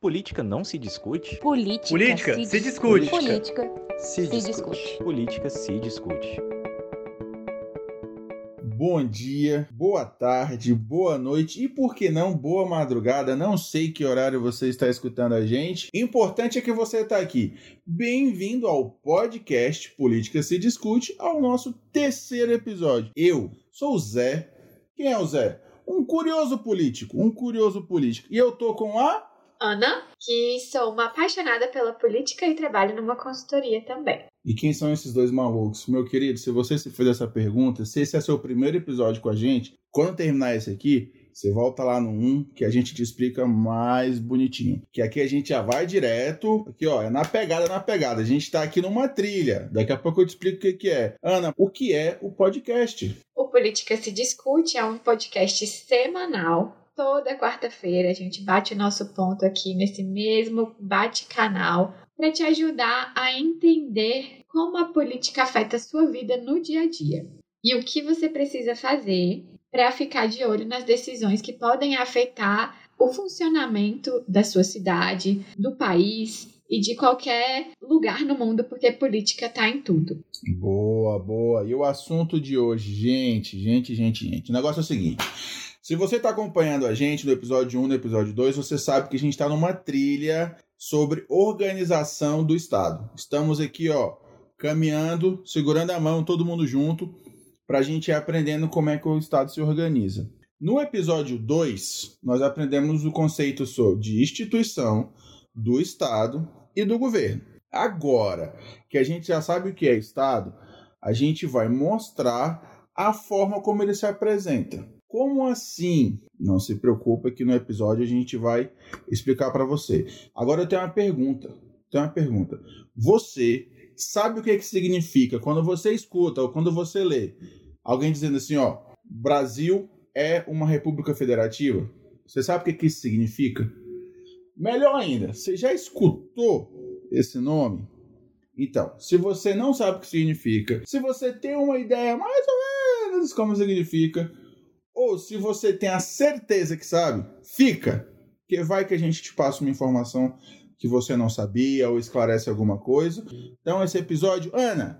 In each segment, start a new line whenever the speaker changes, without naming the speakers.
Política não se discute?
Política se discute.
Política
Se discute. Política se discute.
Bom dia, boa tarde, boa noite e, por que não, boa madrugada. Não sei que horário você está escutando a gente. Importante é que você está aqui. Bem-vindo ao podcast Política se Discute, ao nosso terceiro episódio. Eu sou o Zé. Quem é o Zé? Um curioso político. E eu tô com a...
Ana, que sou uma apaixonada pela política e trabalho numa consultoria também.
E quem são esses dois malucos? Meu querido, se você se fez essa pergunta, se esse é seu primeiro episódio com a gente, quando terminar esse aqui, você volta lá no 1, que a gente te explica mais bonitinho. Que aqui a gente já vai direto, aqui ó, é na pegada. A gente tá aqui numa trilha. Daqui a pouco eu te explico o que é. Ana, o que é o podcast?
O Política se Discute é um podcast semanal. Toda quarta-feira a gente bate o nosso ponto aqui nesse mesmo bate-canal para te ajudar a entender como a política afeta a sua vida no dia a dia e o que você precisa fazer para ficar de olho nas decisões que podem afetar o funcionamento da sua cidade, do país e de qualquer lugar no mundo, porque política tá em tudo.
Boa. E o assunto de hoje, gente. O negócio é o seguinte. Se você está acompanhando a gente no episódio 1, no episódio 2, você sabe que a gente está numa trilha sobre organização do Estado. Estamos aqui, ó, caminhando, segurando a mão, todo mundo junto, para a gente ir aprendendo como é que o Estado se organiza. No episódio 2, nós aprendemos o conceito de instituição, do Estado e do governo. Agora que a gente já sabe o que é Estado, a gente vai mostrar a forma como ele se apresenta. Como assim? Não se preocupa que no episódio a gente vai explicar para você. Agora eu tenho uma pergunta. Você sabe o que significa quando você escuta ou quando você lê alguém dizendo assim, ó, Brasil é uma república federativa? Você sabe o que isso significa? Melhor ainda, você já escutou esse nome? Então, se você não sabe o que significa, se você tem uma ideia mais ou menos como significa, ou se você tem a certeza que sabe, fica. Porque vai que a gente te passa uma informação que você não sabia ou esclarece alguma coisa. Então esse episódio... Ana,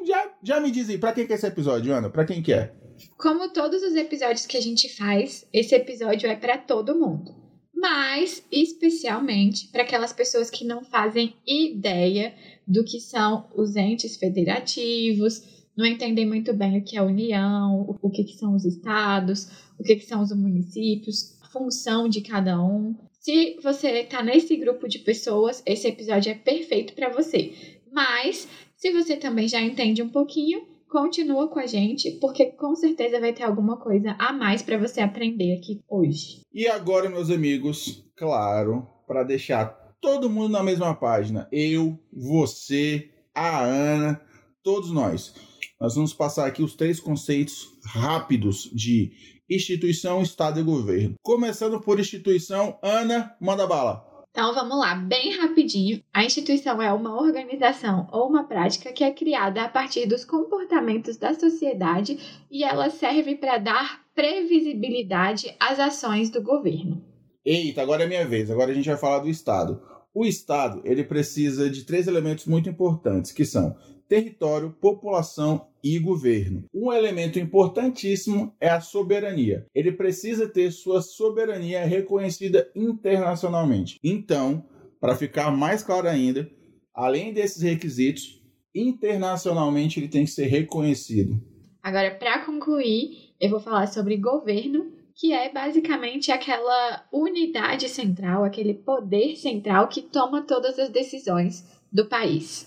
já me diz aí, pra quem que é esse episódio, Ana? Pra quem que é?
Como todos os episódios que a gente faz, esse episódio é pra todo mundo. Mas, especialmente, para aquelas pessoas que não fazem ideia do que são os entes federativos, não entendem muito bem o que é a União, o que são os estados, o que são os municípios, a função de cada um. Se você está nesse grupo de pessoas, esse episódio é perfeito para você. Mas, se você também já entende um pouquinho, continua com a gente, porque com certeza vai ter alguma coisa a mais para você aprender aqui hoje.
E agora, meus amigos, claro, para deixar todo mundo na mesma página, eu, você, a Ana, todos nós vamos passar aqui os 3 conceitos rápidos de instituição, Estado e governo. Começando por instituição, Ana, manda bala.
Então vamos lá, bem rapidinho. A instituição é uma organização ou uma prática que é criada a partir dos comportamentos da sociedade e ela serve para dar previsibilidade às ações do governo.
Eita, agora é minha vez. Agora a gente vai falar do Estado. O Estado, ele precisa de 3 elementos muito importantes, que são território, população e governo. Um elemento importantíssimo é a soberania. Ele precisa ter sua soberania reconhecida internacionalmente. Então, para ficar mais claro ainda, além desses requisitos, internacionalmente ele tem que ser reconhecido.
Agora, para concluir, eu vou falar sobre governo, que é basicamente aquela unidade central, aquele poder central que toma todas as decisões do país.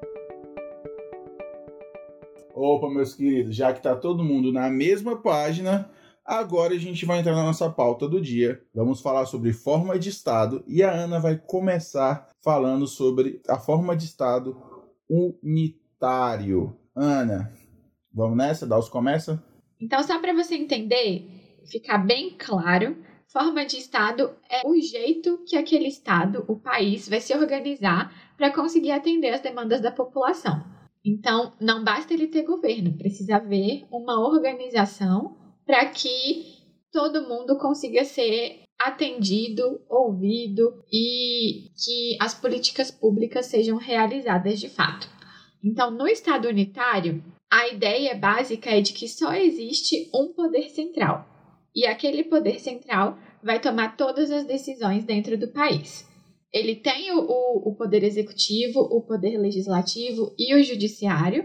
Opa, meus queridos, já que está todo mundo na mesma página, agora a gente vai entrar na nossa pauta do dia. Vamos falar sobre forma de Estado e a Ana vai começar falando sobre a forma de Estado unitário. Ana, vamos nessa? Daos começa?
Então, só para você entender, ficar bem claro, forma de Estado é o jeito que aquele Estado, o país, vai se organizar para conseguir atender as demandas da população. Então, não basta ele ter governo, precisa haver uma organização para que todo mundo consiga ser atendido, ouvido e que as políticas públicas sejam realizadas de fato. Então, no Estado unitário, a ideia básica é de que só existe um poder central. E aquele poder central vai tomar todas as decisões dentro do país. Ele tem o poder executivo, o poder legislativo e o judiciário,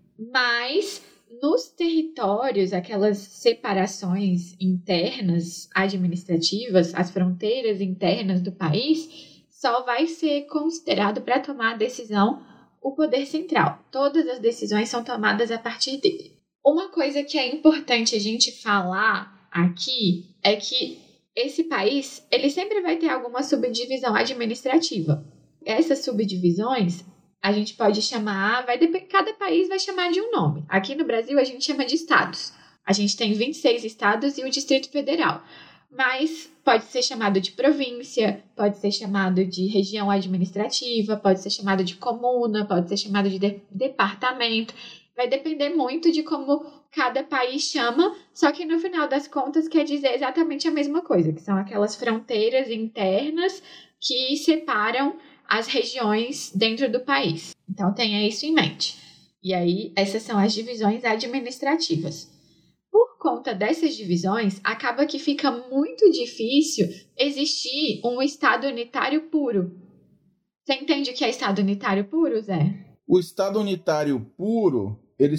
mas nos territórios, aquelas separações internas administrativas, as fronteiras internas do país, só vai ser considerado para tomar a decisão o poder central. Todas as decisões são tomadas a partir dele. Uma coisa que é importante a gente falar aqui é que esse país, ele sempre vai ter alguma subdivisão administrativa. Essas subdivisões, a gente pode chamar, cada país vai chamar de um nome. Aqui no Brasil, a gente chama de estados. A gente tem 26 estados e o Distrito Federal. Mas pode ser chamado de província, pode ser chamado de região administrativa, pode ser chamado de comuna, pode ser chamado de departamento. Vai depender muito de como cada país chama, só que no final das contas quer dizer exatamente a mesma coisa, que são aquelas fronteiras internas que separam as regiões dentro do país. Então tenha isso em mente. E aí, essas são as divisões administrativas. Por conta dessas divisões, acaba que fica muito difícil existir um Estado unitário puro. Você entende o que é Estado unitário puro, Zé?
O Estado unitário puro, ele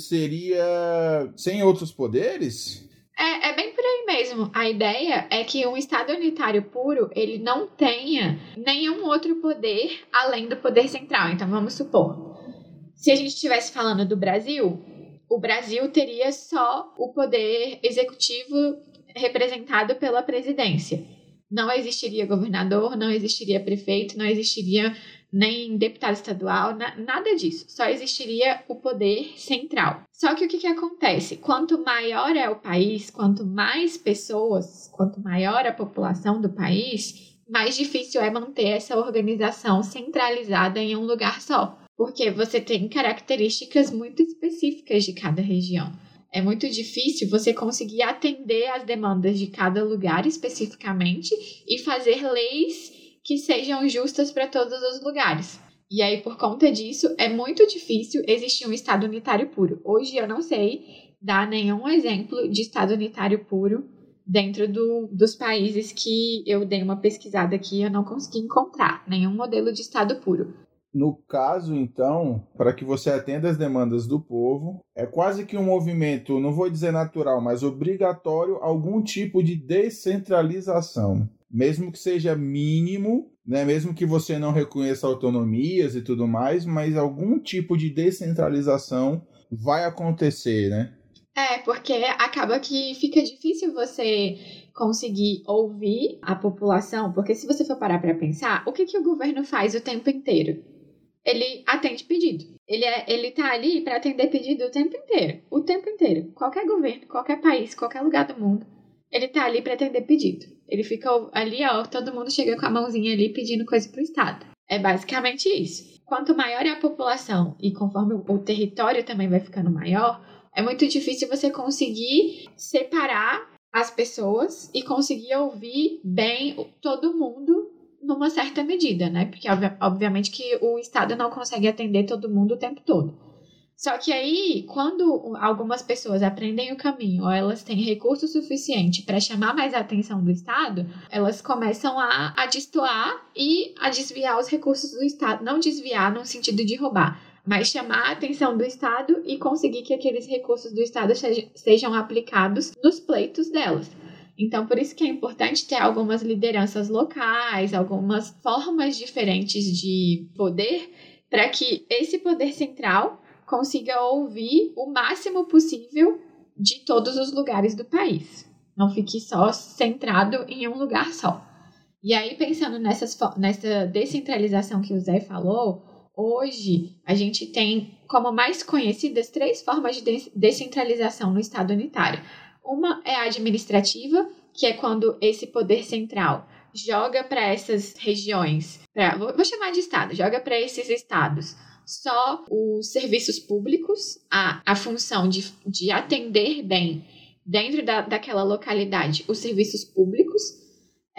seria sem outros poderes?
É bem por aí mesmo. A ideia é que um Estado unitário puro, ele não tenha nenhum outro poder além do poder central. Então, vamos supor, se a gente estivesse falando do Brasil, o Brasil teria só o poder executivo representado pela presidência. Não existiria governador, não existiria prefeito, não existiria nem deputado estadual, nada disso. Só existiria o poder central. Só que o que acontece? Quanto maior é o país, quanto mais pessoas, quanto maior a população do país, mais difícil é manter essa organização centralizada em um lugar só. Porque você tem características muito específicas de cada região. É muito difícil você conseguir atender às demandas de cada lugar especificamente e fazer leis que sejam justas para todos os lugares. E aí, por conta disso, é muito difícil existir um Estado unitário puro. Hoje eu não sei dar nenhum exemplo de Estado unitário puro dentro dos países que eu dei uma pesquisada aqui e eu não consegui encontrar nenhum modelo de Estado puro.
No caso, então, para que você atenda às demandas do povo, é quase que um movimento, não vou dizer natural, mas obrigatório, algum tipo de descentralização. Mesmo que seja mínimo, né? Mesmo que você não reconheça autonomias e tudo mais, mas algum tipo de descentralização vai acontecer, né?
Porque acaba que fica difícil você conseguir ouvir a população, porque se você for parar para pensar, o que o governo faz o tempo inteiro? Ele atende pedido. Ele tá ali para atender pedido o tempo inteiro. O tempo inteiro. Qualquer governo, qualquer país, qualquer lugar do mundo, ele tá ali para atender pedido. Ele fica ali, todo mundo chega com a mãozinha ali pedindo coisa pro Estado. É basicamente isso. Quanto maior é a população e conforme o território também vai ficando maior, é muito difícil você conseguir separar as pessoas e conseguir ouvir bem todo mundo numa certa medida, né? Porque obviamente que o Estado não consegue atender todo mundo o tempo todo. Só que aí, quando algumas pessoas aprendem o caminho ou elas têm recurso suficiente para chamar mais a atenção do Estado, elas começam a destoar e a desviar os recursos do Estado. Não desviar no sentido de roubar, mas chamar a atenção do Estado e conseguir que aqueles recursos do Estado sejam aplicados nos pleitos delas. Então, por isso que é importante ter algumas lideranças locais, algumas formas diferentes de poder, para que esse poder central consiga ouvir o máximo possível de todos os lugares do país. Não fique só centrado em um lugar só. E aí, pensando nessa descentralização que o Zé falou, hoje a gente tem como mais conhecidas 3 formas de descentralização no Estado unitário. Uma é a administrativa, que é quando esse poder central joga para essas regiões, vou chamar de estado, joga para esses estados só os serviços públicos, a função de atender bem dentro daquela localidade os serviços públicos.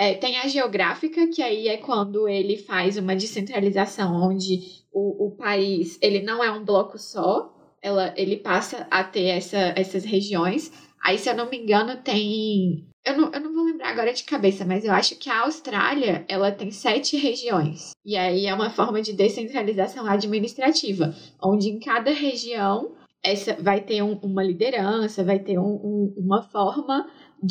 Tem a geográfica, que aí é quando ele faz uma descentralização, onde o país ele não é um bloco só, ele passa a ter essas regiões. Aí, se eu não me engano, tem... Eu não vou lembrar agora de cabeça, mas eu acho que a Austrália, ela tem 7 regiões. E aí é uma forma de descentralização administrativa, onde em cada região vai ter uma liderança, vai ter uma forma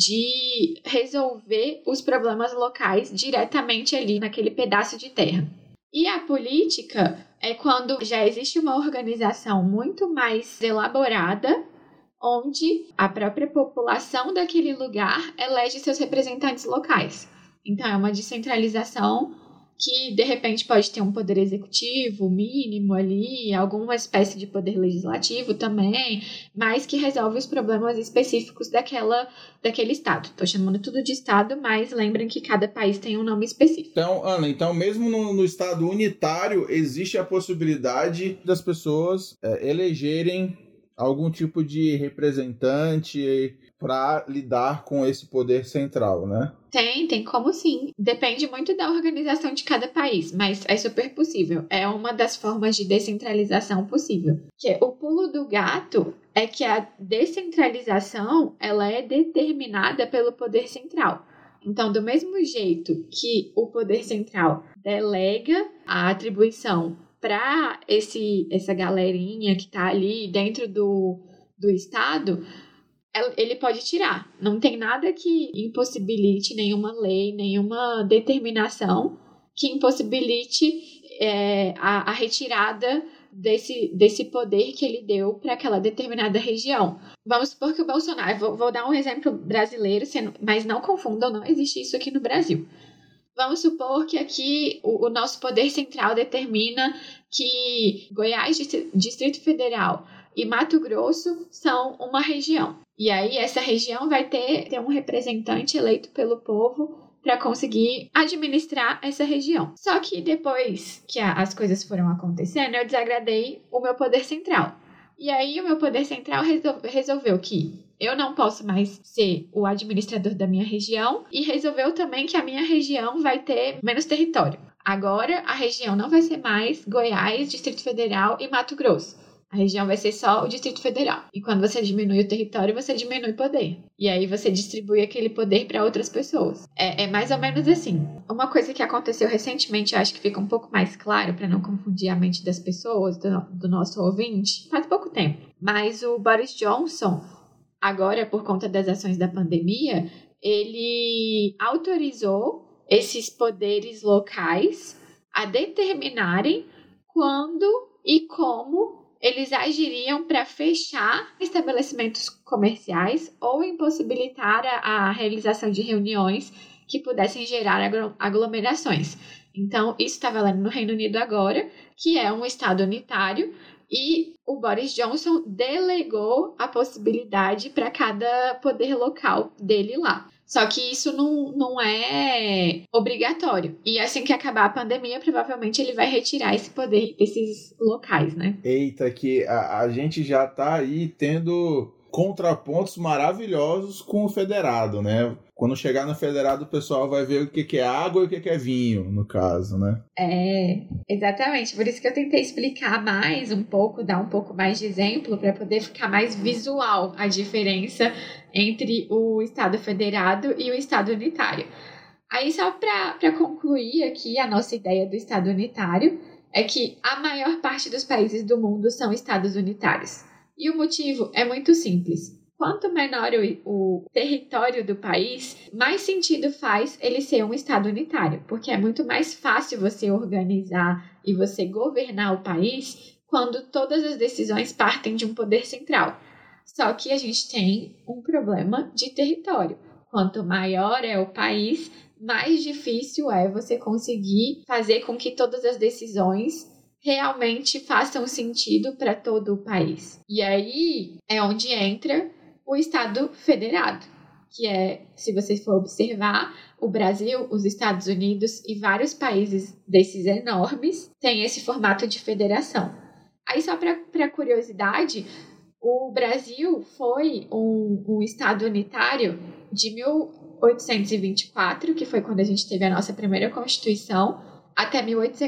de resolver os problemas locais diretamente ali naquele pedaço de terra. E a política é quando já existe uma organização muito mais elaborada, onde a própria população daquele lugar elege seus representantes locais. Então, é uma descentralização que, de repente, pode ter um poder executivo mínimo ali, alguma espécie de poder legislativo também, mas que resolve os problemas específicos daquele estado. Estou chamando tudo de estado, mas lembrem que cada país tem um nome específico.
Então, Ana, mesmo no estado unitário, existe a possibilidade das pessoas elegerem algum tipo de representante para lidar com esse poder central, né?
Tem como sim. Depende muito da organização de cada país, mas é super possível. É uma das formas de descentralização possível. Que o pulo do gato é que a descentralização ela é determinada pelo poder central. Então, do mesmo jeito que o poder central delega a atribuição para essa galerinha que está ali dentro do Estado, ele pode tirar. Não tem nada que impossibilite, nenhuma lei, nenhuma determinação que impossibilite a retirada desse poder que ele deu para aquela determinada região. Vamos supor que o Bolsonaro... Vou dar um exemplo brasileiro, mas não confundam, não existe isso aqui no Brasil. Vamos supor que aqui o nosso poder central determina que Goiás, Distrito Federal e Mato Grosso são uma região. E aí essa região vai ter um representante eleito pelo povo para conseguir administrar essa região. Só que depois que as coisas foram acontecendo, eu desagradei o meu poder central. E aí o meu poder central resolveu que eu não posso mais ser o administrador da minha região e resolveu também que a minha região vai ter menos território. Agora a região não vai ser mais Goiás, Distrito Federal e Mato Grosso. A região vai ser só o Distrito Federal. E quando você diminui o território, você diminui o poder. E aí você distribui aquele poder para outras pessoas. É mais ou menos assim. Uma coisa que aconteceu recentemente, eu acho que fica um pouco mais claro, para não confundir a mente das pessoas, do nosso ouvinte, faz pouco tempo. Mas o Boris Johnson, agora por conta das ações da pandemia, ele autorizou esses poderes locais a determinarem quando e como eles agiriam para fechar estabelecimentos comerciais ou impossibilitar a realização de reuniões que pudessem gerar aglomerações. Então, isso está valendo no Reino Unido agora, que é um estado unitário, e o Boris Johnson delegou a possibilidade para cada poder local dele lá. Só que isso não é obrigatório. E assim que acabar a pandemia, provavelmente ele vai retirar esse poder desses locais, né?
Eita, que a gente já tá aí tendo contrapontos maravilhosos com o federado, né? Quando chegar no federado, o pessoal vai ver o que é água e o que é vinho, no caso, né?
Exatamente. Por isso que eu tentei explicar mais um pouco, dar um pouco mais de exemplo, para poder ficar mais visual a diferença entre o Estado federado e o Estado unitário. Aí, só para concluir aqui a nossa ideia do Estado unitário, é que a maior parte dos países do mundo são Estados unitários. E o motivo é muito simples. Quanto menor o território do país, mais sentido faz ele ser um Estado unitário, porque é muito mais fácil você organizar e você governar o país quando todas as decisões partem de um poder central. Só que a gente tem um problema de território. Quanto maior é o país, mais difícil é você conseguir fazer com que todas as decisões realmente façam sentido para todo o país. E aí é onde entra o Estado federado, que é, se você for observar, o Brasil, os Estados Unidos e vários países desses enormes têm esse formato de federação. Aí, só para curiosidade, o Brasil foi um Estado unitário de 1824, que foi quando a gente teve a nossa primeira Constituição, até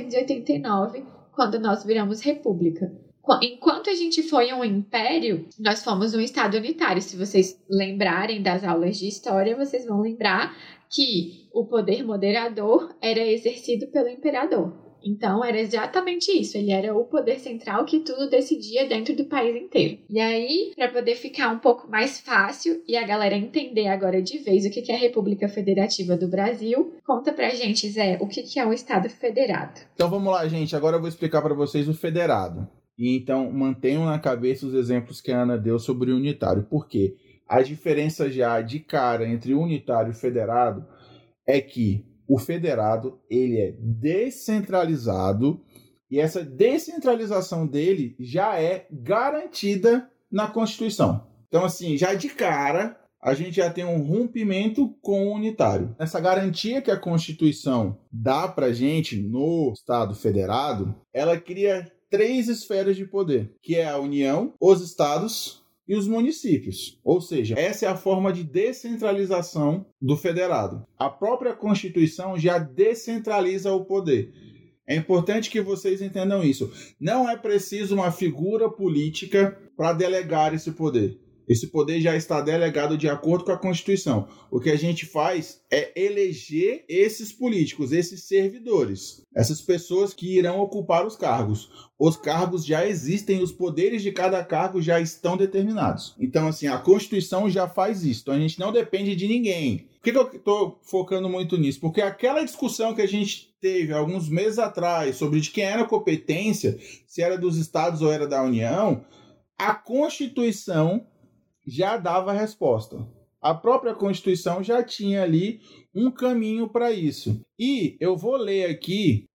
1889, quando nós viramos república. Enquanto a gente foi um império, nós fomos um estado unitário. Se vocês lembrarem das aulas de história, vocês vão lembrar que o poder moderador era exercido pelo imperador. Então, era exatamente isso. Ele era o poder central que tudo decidia dentro do país inteiro. E aí, para poder ficar um pouco mais fácil e a galera entender agora de vez o que é a República Federativa do Brasil, conta pra gente, Zé, o que é um Estado federado.
Então, vamos lá, gente. Agora eu vou explicar para vocês o federado. E então, mantenham na cabeça os exemplos que a Ana deu sobre o unitário. Por quê? A diferença já de cara entre unitário e federado é que o federado, ele é descentralizado e essa descentralização dele já é garantida na Constituição. Então, assim, já de cara, a gente já tem um rompimento com o unitário. Essa garantia que a Constituição dá pra gente no Estado federado, ela cria 3 esferas de poder, que é a União, os estados e os municípios. Ou seja, essa é a forma de descentralização do federado. A própria Constituição já descentraliza o poder. É importante que vocês entendam isso. Não é preciso uma figura política para delegar esse poder. Esse poder já está delegado de acordo com a Constituição. O que a gente faz é eleger esses políticos, esses servidores, essas pessoas que irão ocupar os cargos. Os cargos já existem, os poderes de cada cargo já estão determinados. Então, assim, a Constituição já faz isso. Então, a gente não depende de ninguém. Por que eu estou focando muito nisso? Porque aquela discussão que a gente teve alguns meses atrás sobre de quem era a competência, se era dos estados ou era da União, a Constituição já dava a resposta. A própria Constituição já tinha ali um caminho para isso. E eu vou ler aqui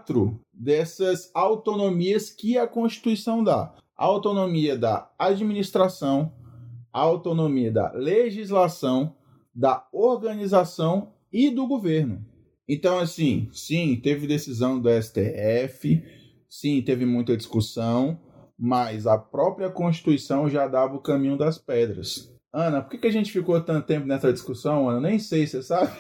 4 dessas autonomias que a Constituição dá. A autonomia da administração, a autonomia da legislação, da organização e do governo. Então, assim, sim, teve decisão do STF, sim, teve muita discussão, mas a própria Constituição já dava o caminho das pedras. Ana, por que a gente ficou tanto tempo nessa discussão, Ana? Nem sei, você sabe?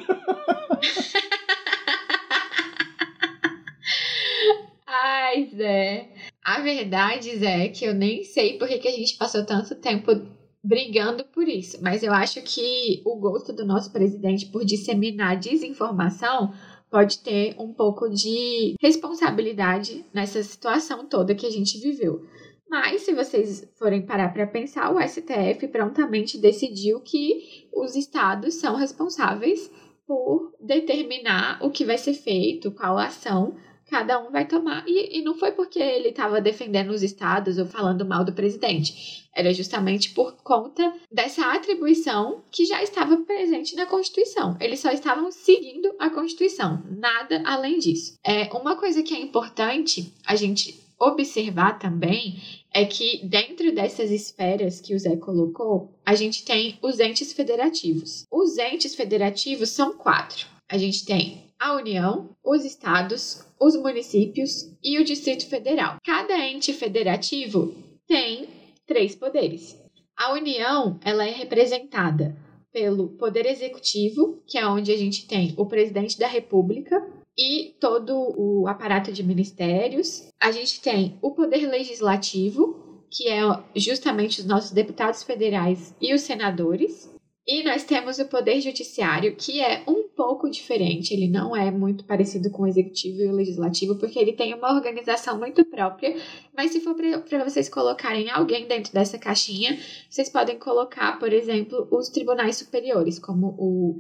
Ai, Zé. A verdade, Zé, é que eu nem sei por que a gente passou tanto tempo brigando por isso. Mas eu acho que o gosto do nosso presidente por disseminar desinformação pode ter um pouco de responsabilidade nessa situação toda que a gente viveu. Mas, se vocês forem parar para pensar, o STF prontamente decidiu que os estados são responsáveis por determinar o que vai ser feito, qual ação cada um vai tomar. E não foi porque ele estava defendendo os estados ou falando mal do presidente. Era justamente por conta dessa atribuição que já estava presente na Constituição. Eles só estavam seguindo a Constituição, nada além disso. Uma coisa que é importante a gente observar também é que dentro dessas esferas que o Zé colocou, a gente tem os entes federativos. Os entes federativos são 4. A gente tem a União, os estados, os municípios e o Distrito Federal. Cada ente federativo tem 3 poderes. A União, ela é representada pelo Poder Executivo, que é onde a gente tem o Presidente da República e todo o aparato de ministérios. A gente tem o Poder Legislativo, que é justamente os nossos deputados federais e os senadores. E nós temos o Poder Judiciário, que é um pouco diferente, ele não é muito parecido com o Executivo e o Legislativo, porque ele tem uma organização muito própria, mas se for para vocês colocarem alguém dentro dessa caixinha, vocês podem colocar, por exemplo, os tribunais superiores, como o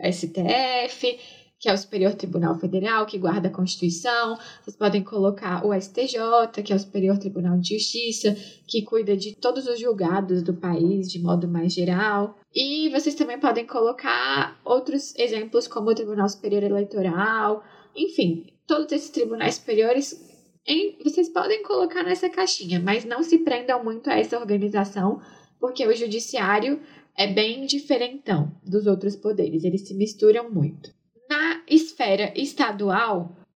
STF, que é o Superior Tribunal Federal, que guarda a Constituição. Vocês podem colocar o STJ, que é o Superior Tribunal de Justiça, que cuida de todos os julgados do país de modo mais geral. E vocês também podem colocar outros exemplos, como o Tribunal Superior Eleitoral. Enfim, todos esses tribunais superiores vocês podem colocar nessa caixinha, mas não se prendam muito a essa organização, porque o judiciário é bem diferentão dos outros poderes, eles se misturam muito. Na esfera estadual,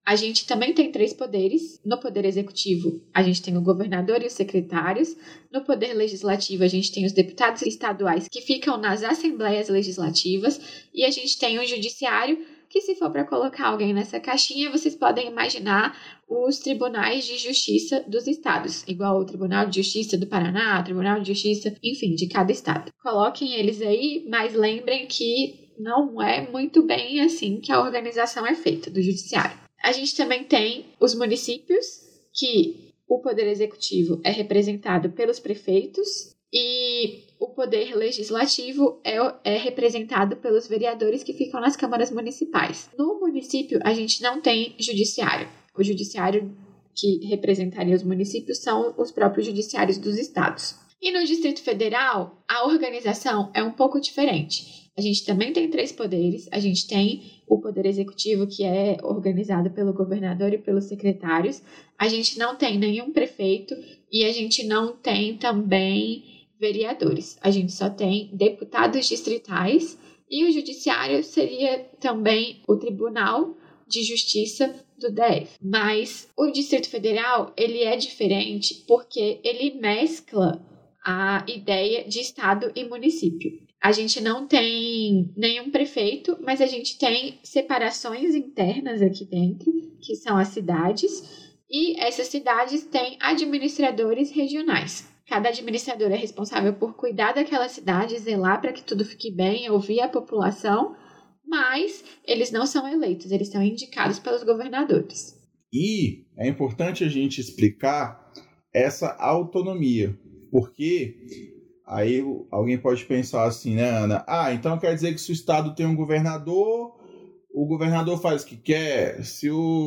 A gente também tem 3 poderes. No poder executivo, a gente tem o governador e os secretários. No poder legislativo, a gente tem os deputados estaduais que ficam nas assembleias legislativas. E a gente tem o judiciário, que se for para colocar alguém nessa caixinha, vocês podem imaginar os tribunais de justiça dos estados, igual o Tribunal de Justiça do Paraná, o Tribunal de Justiça, enfim, de cada estado. Coloquem eles aí, mas lembrem que não é muito bem assim que a organização é feita do judiciário. A gente também tem os municípios, que o poder executivo é representado pelos prefeitos e o poder legislativo é representado pelos vereadores que ficam nas câmaras municipais. No município, a gente não tem judiciário. O judiciário que representaria os municípios são os próprios judiciários dos estados. E no Distrito Federal, a organização é um pouco diferente. A gente também tem 3 poderes. A gente tem o poder executivo, que é organizado pelo governador e pelos secretários. A gente não tem nenhum prefeito e a gente não tem também vereadores. A gente só tem deputados distritais e o judiciário seria também o Tribunal de Justiça do DF. Mas o Distrito Federal, ele é diferente porque ele mescla a ideia de estado e município. A gente não tem nenhum prefeito, mas a gente tem separações internas aqui dentro, que são as cidades, e essas cidades têm administradores regionais. Cada administrador é responsável por cuidar daquela cidade, zelar para que tudo fique bem, ouvir a população, mas eles não são eleitos, eles são indicados pelos governadores.
E é importante a gente explicar essa autonomia, porque aí alguém pode pensar assim, né, Ana? Então quer dizer que se o estado tem um governador, o governador faz o que quer. Se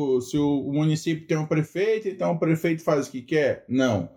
o município tem um prefeito, então o prefeito faz o que quer. Não.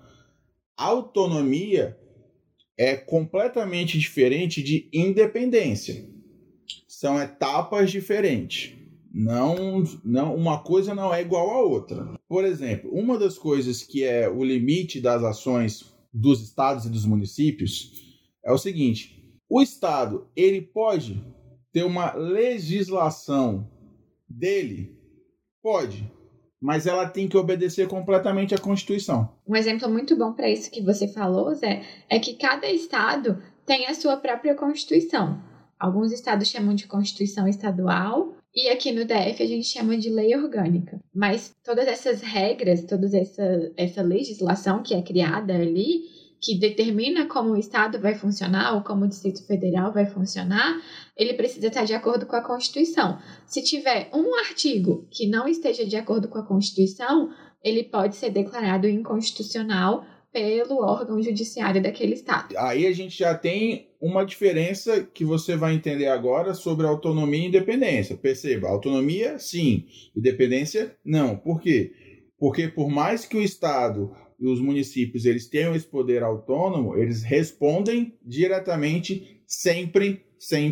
Autonomia é completamente diferente de independência. São etapas diferentes. Não, uma coisa não é igual à outra. Por exemplo, uma das coisas que é o limite das ações dos estados e dos municípios é o seguinte: o estado, ele pode ter uma legislação dele? Pode, mas ela tem que obedecer completamente à Constituição.
Um exemplo muito bom para isso que você falou, Zé, é que cada estado tem a sua própria Constituição. Alguns estados chamam de Constituição Estadual e aqui no DF a gente chama de Lei Orgânica. Mas todas essas regras, toda essa legislação que é criada ali, que determina como o estado vai funcionar ou como o Distrito Federal vai funcionar, ele precisa estar de acordo com a Constituição. Se tiver um artigo que não esteja de acordo com a Constituição, ele pode ser declarado inconstitucional pelo órgão judiciário daquele estado.
Aí a gente já tem uma diferença que você vai entender agora sobre autonomia e independência. Perceba, autonomia, sim. Independência, não. Por quê? Porque por mais que o estado e os municípios eles tenham esse poder autônomo, eles respondem diretamente sempre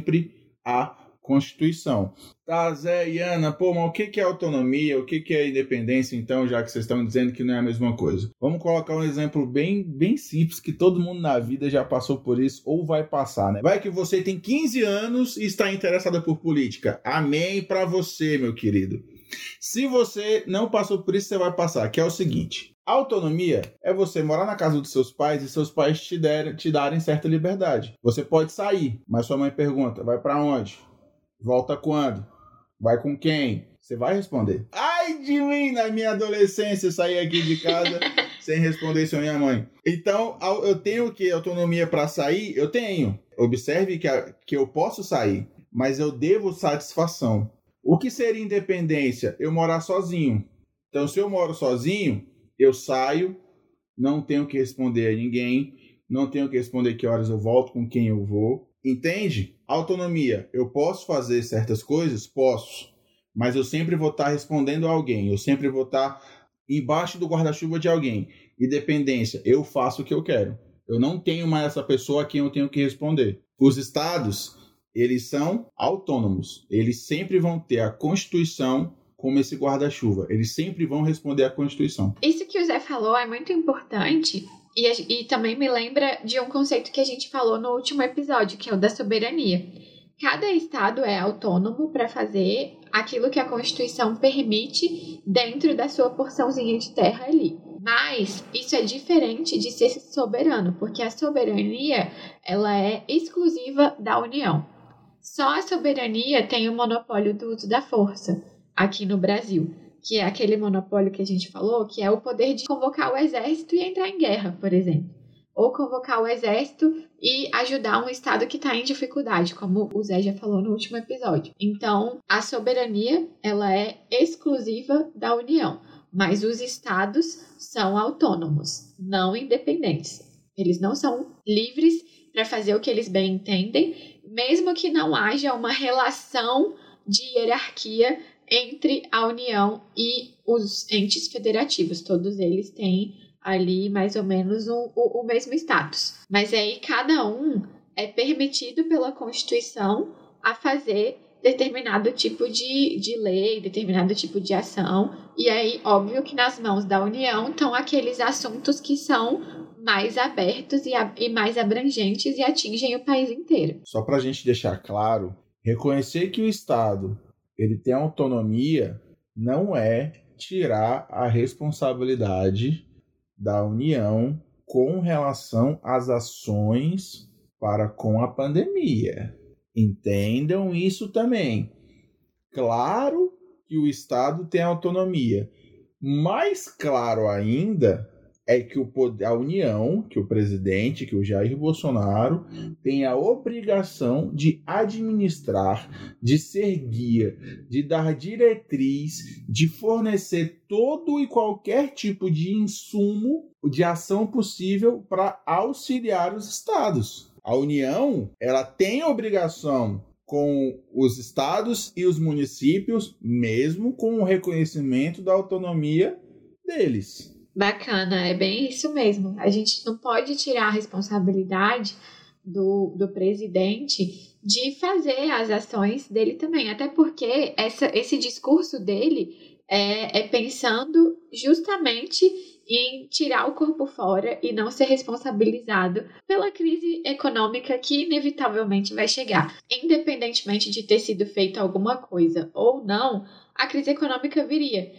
à Constituição. Tá, Zé e Ana, mas o que é autonomia? O que é independência, então, já que vocês estão dizendo que não é a mesma coisa? Vamos colocar um exemplo bem simples, que todo mundo na vida já passou por isso ou vai passar, né? Vai que você tem 15 anos e está interessado por política. Amém pra você, meu querido. Se você não passou por isso, você vai passar, que é o seguinte: autonomia é você morar na casa dos seus pais e seus pais te darem certa liberdade. Você pode sair, mas sua mãe pergunta, vai pra onde? Volta quando? Vai com quem? Você vai responder. Ai de mim, na minha adolescência, eu saí aqui de casa sem responder isso à minha mãe. Então, eu tenho o quê? Autonomia para sair? Eu tenho. Observe que eu posso sair, mas eu devo satisfação. O que seria independência? Eu morar sozinho. Então, se eu moro sozinho, eu saio, não tenho que responder a ninguém, não tenho que responder que horas eu volto, com quem eu vou. Entende? Autonomia. Eu posso fazer certas coisas? Posso. Mas eu sempre vou estar respondendo a alguém. Eu sempre vou estar embaixo do guarda-chuva de alguém. Independência. Eu faço o que eu quero. Eu não tenho mais essa pessoa a quem eu tenho que responder. Os estados, eles são autônomos. Eles sempre vão ter a Constituição como esse guarda-chuva. Eles sempre vão responder à Constituição.
Isso que o Zé falou é muito importante e também me lembra de um conceito que a gente falou no último episódio, que é o da soberania. Cada estado é autônomo para fazer aquilo que a Constituição permite dentro da sua porçãozinha de terra ali. Mas isso é diferente de ser soberano, porque a soberania ela é exclusiva da União. Só a soberania tem o monopólio do uso da força aqui no Brasil, que é aquele monopólio que a gente falou, que é o poder de convocar o exército e entrar em guerra, por exemplo. Ou convocar o exército e ajudar um estado que está em dificuldade, como o Zé já falou no último episódio. Então, a soberania ela é exclusiva da União, mas os estados são autônomos, não independentes. Eles não são livres para fazer o que eles bem entendem, mesmo que não haja uma relação de hierarquia entre a União e os entes federativos. Todos eles têm ali mais ou menos o mesmo status. Mas aí cada um é permitido pela Constituição a fazer determinado tipo de lei, determinado tipo de ação. E aí, óbvio que nas mãos da União estão aqueles assuntos que são mais abertos e mais abrangentes e atingem o país inteiro.
Só para a gente deixar claro, reconhecer que o Estado ele tem autonomia não é tirar a responsabilidade da União com relação às ações para com a pandemia. Entendam isso também. Claro que o Estado tem autonomia. Mais claro ainda é que a União, que o presidente, que o Jair Bolsonaro, tem a obrigação de administrar, de ser guia, de dar diretriz, de fornecer todo e qualquer tipo de insumo de ação possível para auxiliar os estados. A União, ela tem obrigação com os estados e os municípios, mesmo com o reconhecimento da autonomia deles.
Bacana, é bem isso mesmo. A gente não pode tirar a responsabilidade do presidente de fazer as ações dele também, até porque esse discurso dele é pensando justamente em tirar o corpo fora e não ser responsabilizado pela crise econômica que inevitavelmente vai chegar. Independentemente de ter sido feita alguma coisa ou não, a crise econômica viria,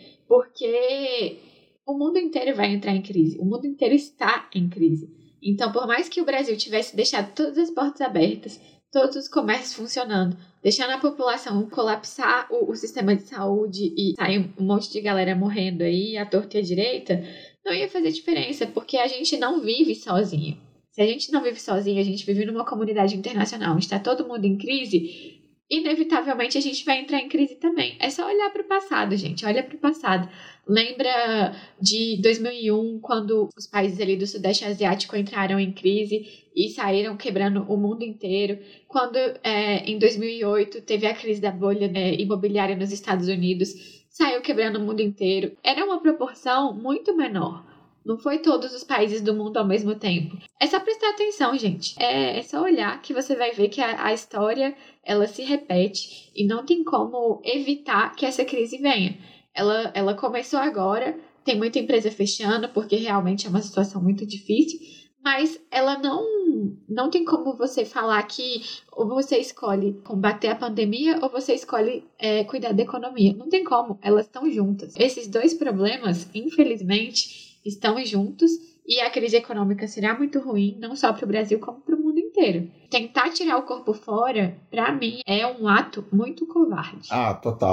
porque o mundo inteiro vai entrar em crise. O mundo inteiro está em crise. Então, por mais que o Brasil tivesse deixado todas as portas abertas, todos os comércios funcionando, deixando a população colapsar o sistema de saúde e sair um monte de galera morrendo aí, à torta e à direita, não ia fazer diferença, porque a gente não vive sozinho. Se a gente não vive sozinho, a gente vive numa comunidade internacional onde está todo mundo em crise, inevitavelmente a gente vai entrar em crise também. É só olhar para o passado, gente. Olha para o passado. Lembra de 2001, quando os países ali do Sudeste Asiático entraram em crise e saíram quebrando o mundo inteiro. Quando em 2008 teve a crise da bolha imobiliária nos Estados Unidos, saiu quebrando o mundo inteiro. Era uma proporção muito menor. Não foi todos os países do mundo ao mesmo tempo. É só prestar atenção, gente. É só olhar que você vai ver que a história ela se repete e não tem como evitar que essa crise venha. Ela começou agora, tem muita empresa fechando porque realmente é uma situação muito difícil, mas ela não tem como você falar que ou você escolhe combater a pandemia ou você escolhe cuidar da economia. Não tem como, elas estão juntas. Esses dois problemas, infelizmente, estão juntos e a crise econômica será muito ruim, não só para o Brasil, como para o mundo inteiro. Tentar tirar o corpo fora, para mim, é um ato muito covarde.
Ah,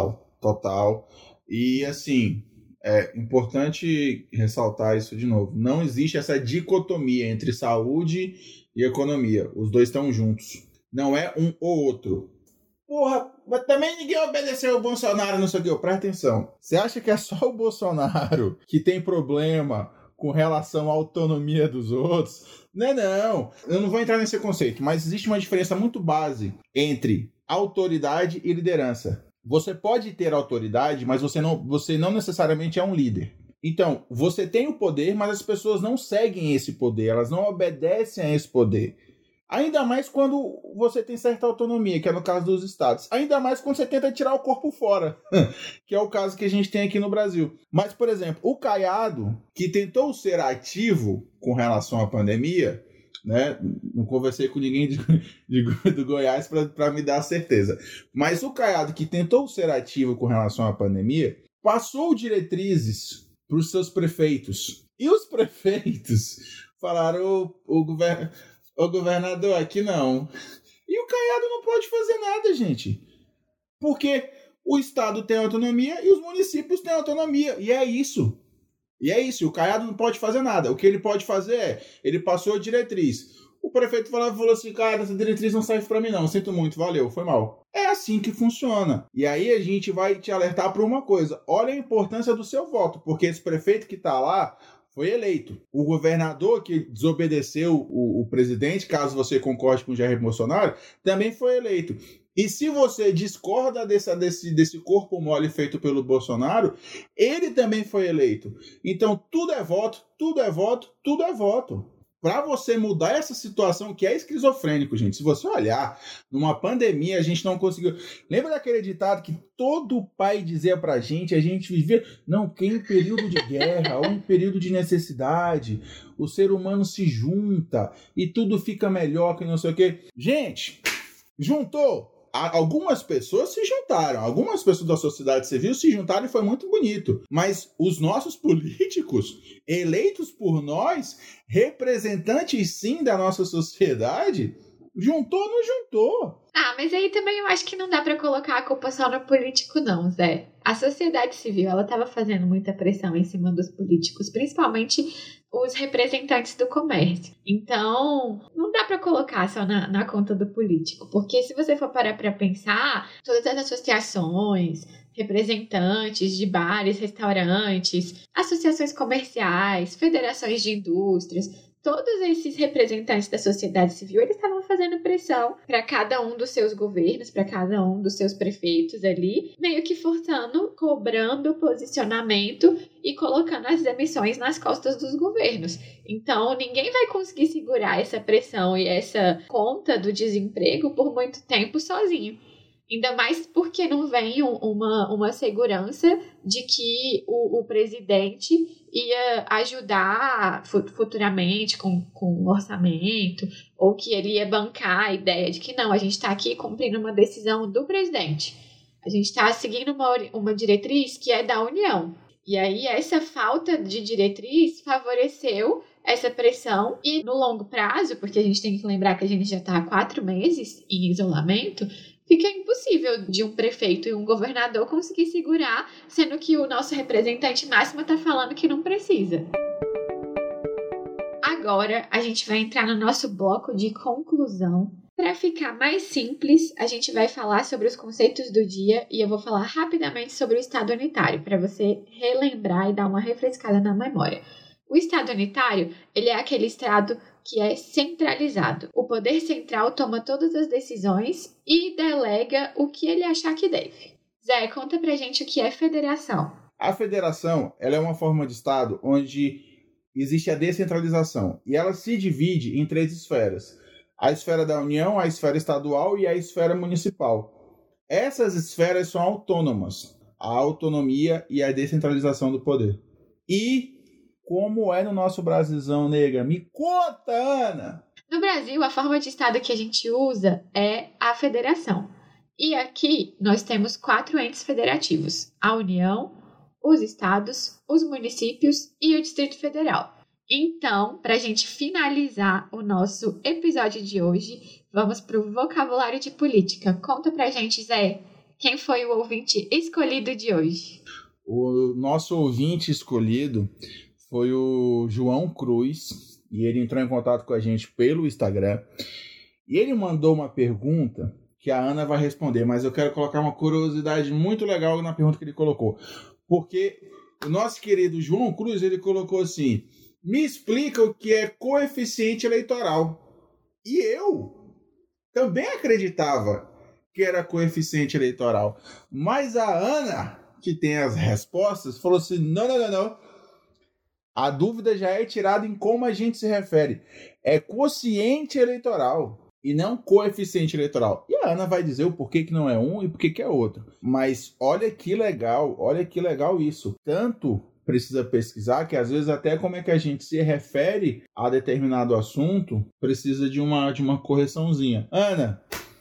total. E, assim, é importante ressaltar isso de novo. Não existe essa dicotomia entre saúde e economia. Os dois estão juntos. Não é um ou outro. Porra, mas também ninguém obedeceu o Bolsonaro, não sei o que. Presta atenção. Você acha que é só o Bolsonaro que tem problema com relação à autonomia dos outros? Não. Eu não vou entrar nesse conceito, mas existe uma diferença muito básica entre autoridade e liderança. Você pode ter autoridade, mas você não necessariamente é um líder. Então, você tem o poder, mas as pessoas não seguem esse poder, elas não obedecem a esse poder. Ainda mais quando você tem certa autonomia, que é no caso dos estados. Ainda mais quando você tenta tirar o corpo fora, que é o caso que a gente tem aqui no Brasil. Mas, por exemplo, o Caiado, que tentou ser ativo com relação à pandemia, né? Não conversei com ninguém do Goiás para me dar certeza. Mas o Caiado, que tentou ser ativo com relação à pandemia, passou diretrizes para os seus prefeitos. E os prefeitos falaram, o governador, aqui não. E o Caiado não pode fazer nada, gente. Porque o Estado tem autonomia e os municípios têm autonomia. E é isso. O Caiado não pode fazer nada. O que ele pode fazer ele passou a diretriz. O prefeito falou assim, cara, essa diretriz não serve para mim não. Sinto muito, valeu, foi mal. É assim que funciona. E aí a gente vai te alertar para uma coisa. Olha a importância do seu voto. Porque esse prefeito que está lá foi eleito. O governador que desobedeceu o presidente, caso você concorde com o Jair Bolsonaro, também foi eleito. E se você discorda desse corpo mole feito pelo Bolsonaro, ele também foi eleito. Então, tudo é voto, tudo é voto, tudo é voto. Para você mudar essa situação que é esquizofrênico, gente. Se você olhar, numa pandemia a gente não conseguiu... Lembra daquele ditado que todo pai dizia pra gente, a gente vivia... Não, que em período de guerra ou em período de necessidade, o ser humano se junta e tudo fica melhor que não sei o quê. Gente, juntou... Algumas pessoas se juntaram, algumas pessoas da sociedade civil se juntaram e foi muito bonito. Mas os nossos políticos, eleitos por nós, representantes sim da nossa sociedade, juntou ou não juntou?
Mas aí também eu acho que não dá pra colocar a culpa só no político não, Zé. A sociedade civil, ela tava fazendo muita pressão em cima dos políticos, principalmente os representantes do comércio. Então, não dá pra colocar só na conta do político, porque se você for parar pra pensar, todas as associações, representantes de bares, restaurantes, associações comerciais, federações de indústrias, todos esses representantes da sociedade civil, eles estavam fazendo pressão para cada um dos seus governos, para cada um dos seus prefeitos ali, meio que forçando, cobrando posicionamento e colocando as demissões nas costas dos governos. Então, ninguém vai conseguir segurar essa pressão e essa conta do desemprego por muito tempo sozinho. Ainda mais porque não vem uma segurança de que o presidente ia ajudar futuramente com orçamento, ou que ele ia bancar a ideia de que não, a gente está aqui cumprindo uma decisão do presidente. A gente está seguindo uma diretriz que é da União. E aí essa falta de diretriz favoreceu essa pressão e no longo prazo, porque a gente tem que lembrar que a gente já está há 4 meses em isolamento, fica impossível de um prefeito e um governador conseguir segurar, sendo que o nosso representante máximo está falando que não precisa. Agora a gente vai entrar no nosso bloco de conclusão. Para ficar mais simples, a gente vai falar sobre os conceitos do dia e eu vou falar rapidamente sobre o Estado unitário, para você relembrar e dar uma refrescada na memória. O Estado unitário, ele é aquele Estado que é centralizado. O poder central toma todas as decisões e delega o que ele achar que deve. Zé, conta pra gente o que é federação.
A federação, ela é uma forma de Estado onde existe a descentralização e ela se divide em 3 esferas. A esfera da União, a esfera estadual e a esfera municipal. Essas esferas são autônomas. A autonomia e a descentralização do poder. E como é no nosso Brasilzão, nega? Me conta, Ana!
No Brasil, a forma de Estado que a gente usa é a federação. E aqui nós temos 4 entes federativos: a União, os estados, os municípios e o Distrito Federal. Então, para a gente finalizar o nosso episódio de hoje, vamos para o vocabulário de política. Conta pra gente, Zé, quem foi o ouvinte escolhido de hoje?
O nosso ouvinte escolhido foi o João Cruz, e ele entrou em contato com a gente pelo Instagram. E ele mandou uma pergunta que a Ana vai responder, mas eu quero colocar uma curiosidade muito legal na pergunta que ele colocou. Porque o nosso querido João Cruz, ele colocou assim: me explica o que é coeficiente eleitoral. E eu também acreditava que era coeficiente eleitoral. Mas a Ana, que tem as respostas, falou assim: não. A dúvida já é tirada em como a gente se refere. É quociente eleitoral e não coeficiente eleitoral. E a Ana vai dizer o porquê que não é um e porquê que é outro. Mas olha que legal isso. Tanto precisa pesquisar, que às vezes até como é que a gente se refere a determinado assunto precisa de uma correçãozinha. Ana,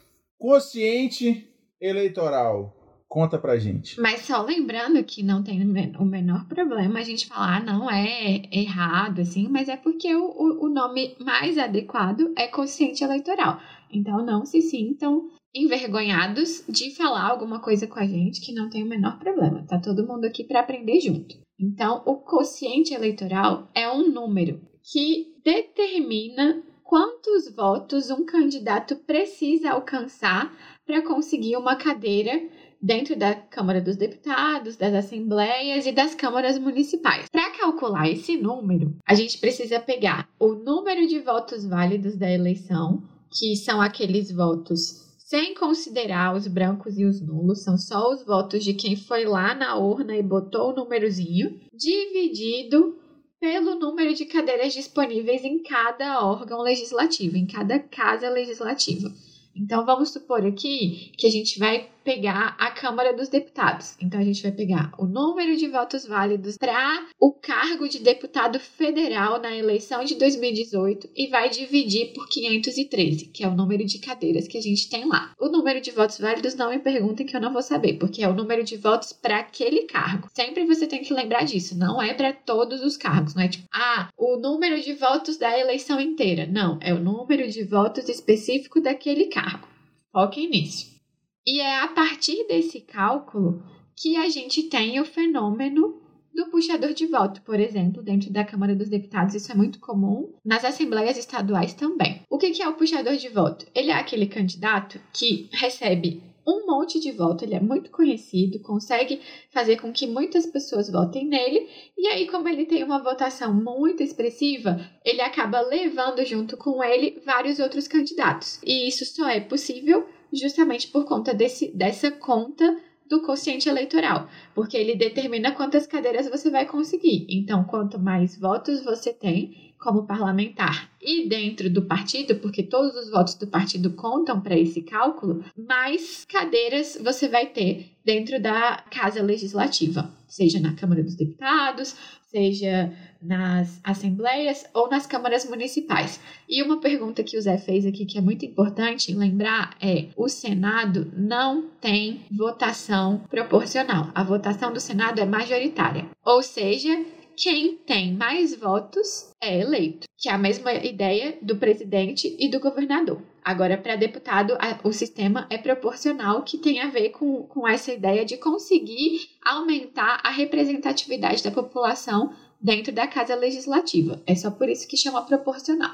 quociente eleitoral, conta pra gente.
Mas só lembrando que não tem o menor problema a gente falar, não é errado, assim, mas é porque o nome mais adequado é quociente eleitoral. Então não se sintam envergonhados de falar alguma coisa com a gente que não tem o menor problema. Tá todo mundo aqui para aprender junto. Então, o quociente eleitoral é um número que determina quantos votos um candidato precisa alcançar para conseguir uma cadeira dentro da Câmara dos Deputados, das Assembleias e das câmaras municipais. Para calcular esse número, a gente precisa pegar o número de votos válidos da eleição, que são aqueles votos sem considerar os brancos e os nulos, são só os votos de quem foi lá na urna e botou o númerozinho, dividido pelo número de cadeiras disponíveis em cada órgão legislativo, em cada casa legislativa. Então, vamos supor aqui que a gente vai pegar a Câmara dos Deputados. Então, a gente vai pegar o número de votos válidos para o cargo de deputado federal na eleição de 2018 e vai dividir por 513, que é o número de cadeiras que a gente tem lá. O número de votos válidos não me perguntem que eu não vou saber, porque é o número de votos para aquele cargo. Sempre você tem que lembrar disso, não é para todos os cargos, não é tipo, o número de votos da eleição inteira. Não, é o número de votos específico daquele cargo. Foquem nisso. E é a partir desse cálculo que a gente tem o fenômeno do puxador de voto, por exemplo, dentro da Câmara dos Deputados. Isso é muito comum nas assembleias estaduais também. O que é o puxador de voto? Ele é aquele candidato que recebe um monte de voto, ele é muito conhecido, consegue fazer com que muitas pessoas votem nele, e aí, como ele tem uma votação muito expressiva, ele acaba levando junto com ele vários outros candidatos. E isso só é possível justamente por conta dessa conta do quociente eleitoral, porque ele determina quantas cadeiras você vai conseguir. Então, quanto mais votos você tem como parlamentar e dentro do partido, porque todos os votos do partido contam para esse cálculo, mais cadeiras você vai ter dentro da Casa Legislativa, seja na Câmara dos Deputados, seja nas assembleias ou nas câmaras municipais. E uma pergunta que o Zé fez aqui que é muito importante lembrar é: o Senado não tem votação proporcional. A votação do Senado é majoritária. Ou seja, quem tem mais votos é eleito, que é a mesma ideia do presidente e do governador. Agora, para deputado, o sistema é proporcional, que tem a ver com essa ideia de conseguir aumentar a representatividade da população dentro da Casa Legislativa. É só por isso que chama proporcional.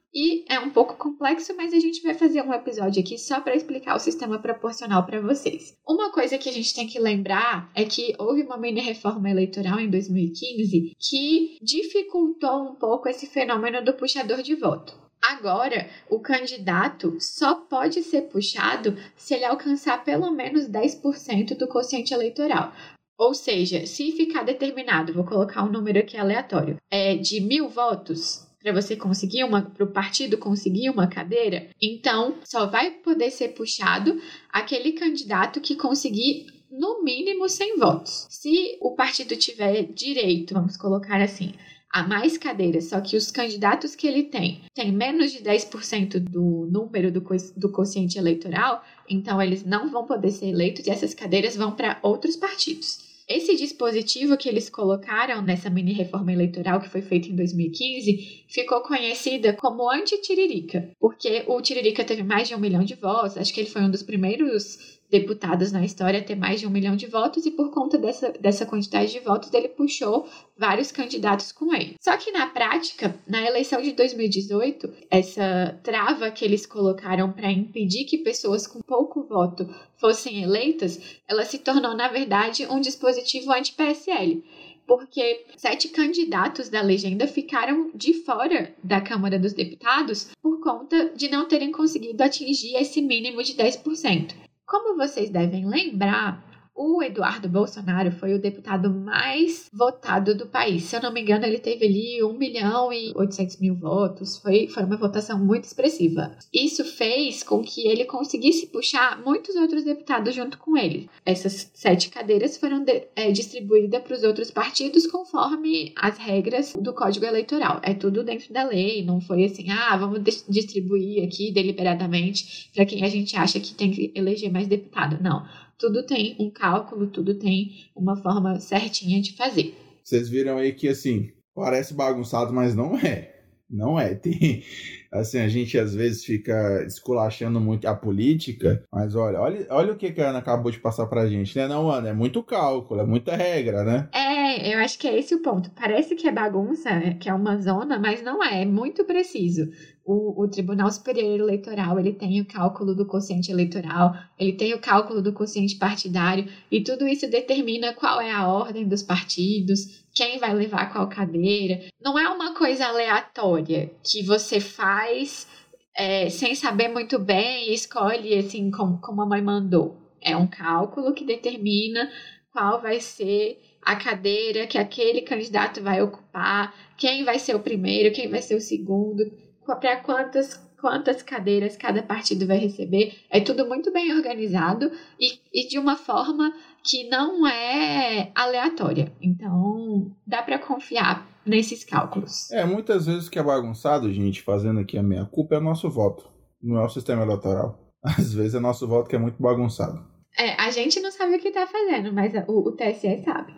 E é um pouco complexo, mas a gente vai fazer um episódio aqui só para explicar o sistema proporcional para vocês. Uma coisa que a gente tem que lembrar é que houve uma mini reforma eleitoral em 2015 que dificultou um pouco esse fenômeno do puxador de voto. Agora, o candidato só pode ser puxado se ele alcançar pelo menos 10% do quociente eleitoral. Ou seja, se ficar determinado, vou colocar um número aqui aleatório, de 1.000 votos, para você conseguir para o partido conseguir uma cadeira, então só vai poder ser puxado aquele candidato que conseguir no mínimo 100 votos. Se o partido tiver direito, vamos colocar assim, a mais cadeiras, só que os candidatos que ele tem menos de 10% do número do quociente eleitoral, então eles não vão poder ser eleitos e essas cadeiras vão para outros partidos. Esse dispositivo que eles colocaram nessa mini reforma eleitoral que foi feita em 2015 ficou conhecida como anti-Tiririca, porque o Tiririca teve mais de 1 milhão de votos, acho que ele foi um dos primeiros deputados na história a ter mais de 1 milhão de votos e por conta dessa quantidade de votos ele puxou vários candidatos com ele. Só que na prática, na eleição de 2018, essa trava que eles colocaram para impedir que pessoas com pouco voto fossem eleitas, ela se tornou, na verdade, um dispositivo anti-PSL. Porque 7 candidatos da legenda ficaram de fora da Câmara dos Deputados por conta de não terem conseguido atingir esse mínimo de 10%. Como vocês devem lembrar, O Eduardo Bolsonaro foi o deputado mais votado do país. Se eu não me engano, ele teve ali 1.800.000 votos. Foi uma votação muito expressiva. Isso fez com que ele conseguisse puxar muitos outros deputados junto com ele. Essas 7 cadeiras foram distribuídas para os outros partidos conforme as regras do Código Eleitoral. É tudo dentro da lei, não foi assim, vamos distribuir aqui deliberadamente para quem a gente acha que tem que eleger mais deputado. Não. Tudo tem um cálculo, tudo tem uma forma certinha de fazer.
Vocês viram aí que, assim, parece bagunçado, mas não é. Não é. Tem, assim, a gente às vezes fica esculachando muito a política, mas olha o que a Ana acabou de passar pra gente, né? Não, Ana, é muito cálculo, é muita regra, né?
Eu acho que é esse o ponto. Parece que é bagunça, que é uma zona, mas não é muito preciso. O Tribunal Superior Eleitoral, ele tem o cálculo do quociente eleitoral, ele tem o cálculo do quociente partidário, e tudo isso determina qual é a ordem dos partidos, quem vai levar qual cadeira. Não é uma coisa aleatória que você faz sem saber muito bem e escolhe assim como a mãe mandou. É um cálculo que determina qual vai ser a cadeira que aquele candidato vai ocupar, quem vai ser o primeiro, quem vai ser o segundo, para quantas cadeiras cada partido vai receber. É tudo muito bem organizado e de uma forma que não é aleatória. Então, dá para confiar nesses cálculos.
Muitas vezes o que é bagunçado, gente, fazendo aqui a minha culpa, é o nosso voto, não é o sistema eleitoral. Às vezes é nosso voto que é muito bagunçado.
A gente não sabe o que tá fazendo, mas o TSE sabe.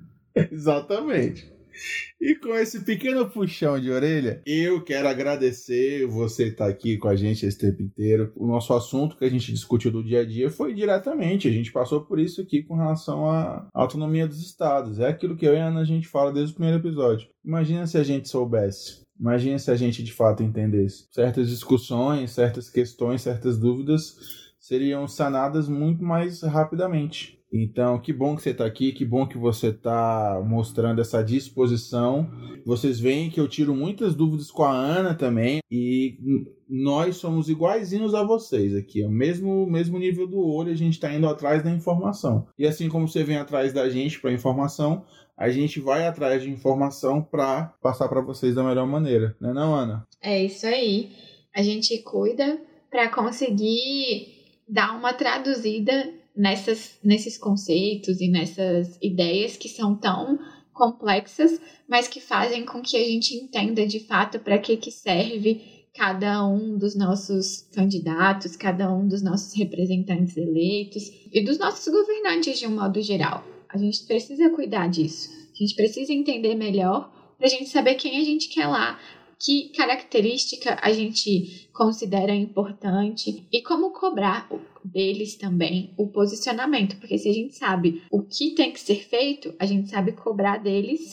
Exatamente. E com esse pequeno puxão de orelha, eu quero agradecer você estar aqui com a gente esse tempo inteiro. O nosso assunto que a gente discutiu do dia a dia foi diretamente, a gente passou por isso aqui com relação à autonomia dos estados. É aquilo que eu e a Ana a gente fala desde o primeiro episódio. Imagina se a gente soubesse. Imagina se a gente de fato entendesse. Certas discussões, certas questões, certas dúvidas seriam sanadas muito mais rapidamente. Então, que bom que você está aqui, que bom que você está mostrando essa disposição. Vocês veem que eu tiro muitas dúvidas com a Ana também, e nós somos iguaizinhos a vocês aqui. É o mesmo nível do olho, a gente está indo atrás da informação. E assim como você vem atrás da gente para informação, a gente vai atrás de informação para passar para vocês da melhor maneira. Não é não, Ana?
É isso aí. A gente cuida para conseguir dar uma traduzida nesses conceitos e nessas ideias que são tão complexas, mas que fazem com que a gente entenda de fato para que serve cada um dos nossos candidatos, cada um dos nossos representantes eleitos e dos nossos governantes de um modo geral. A gente precisa cuidar disso. A gente precisa entender melhor para a gente saber quem a gente quer lá, que característica a gente considera importante e como cobrar deles também o posicionamento, porque se a gente sabe o que tem que ser feito, a gente sabe cobrar deles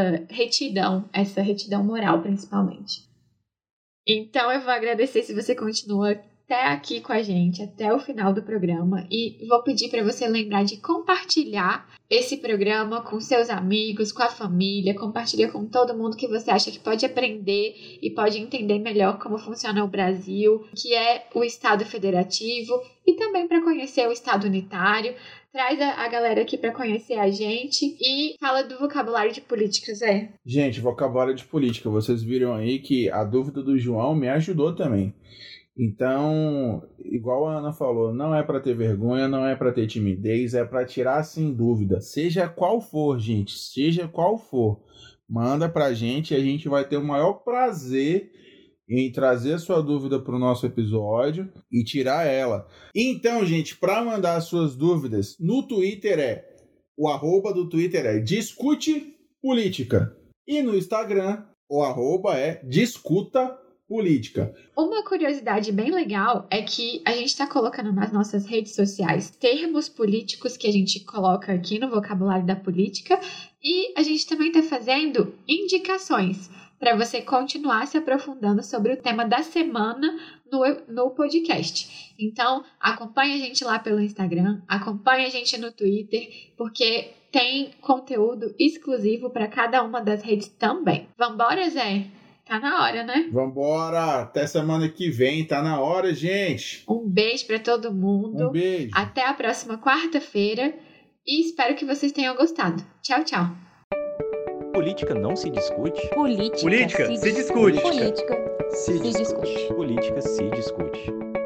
essa retidão moral principalmente. Então eu vou agradecer se você continua até aqui com a gente, até o final do programa, e vou pedir para você lembrar de compartilhar esse programa com seus amigos, com a família, compartilha com todo mundo que você acha que pode aprender e pode entender melhor como funciona o Brasil, que é o Estado Federativo, e também para conhecer o Estado Unitário. Traz a galera aqui para conhecer a gente e fala do vocabulário de política, Zé.
Gente, vocabulário de política, vocês viram aí que a dúvida do João me ajudou também. Então, igual a Ana falou, não é para ter vergonha, não é para ter timidez, é para tirar sem dúvida. Seja qual for, gente, seja qual for, manda pra gente e a gente vai ter o maior prazer em trazer a sua dúvida para o nosso episódio e tirar ela. Então, gente, para mandar as suas dúvidas, no Twitter o arroba do Twitter é Discute Política. E no Instagram, o arroba é Discuta Política.
Uma curiosidade bem legal é que a gente está colocando nas nossas redes sociais termos políticos que a gente coloca aqui no vocabulário da política, e a gente também está fazendo indicações para você continuar se aprofundando sobre o tema da semana no podcast. Então, acompanhe a gente lá pelo Instagram, acompanhe a gente no Twitter, porque tem conteúdo exclusivo para cada uma das redes também. Vambora, Zé? Tá na hora, né?
Vambora! Até semana que vem, tá na hora, gente!
Um beijo pra todo mundo.
Um beijo!
Até a próxima quarta-feira e espero que vocês tenham gostado. Tchau, tchau.
Política não se discute?
Política se discute.
Política
Se discute. Política se discute.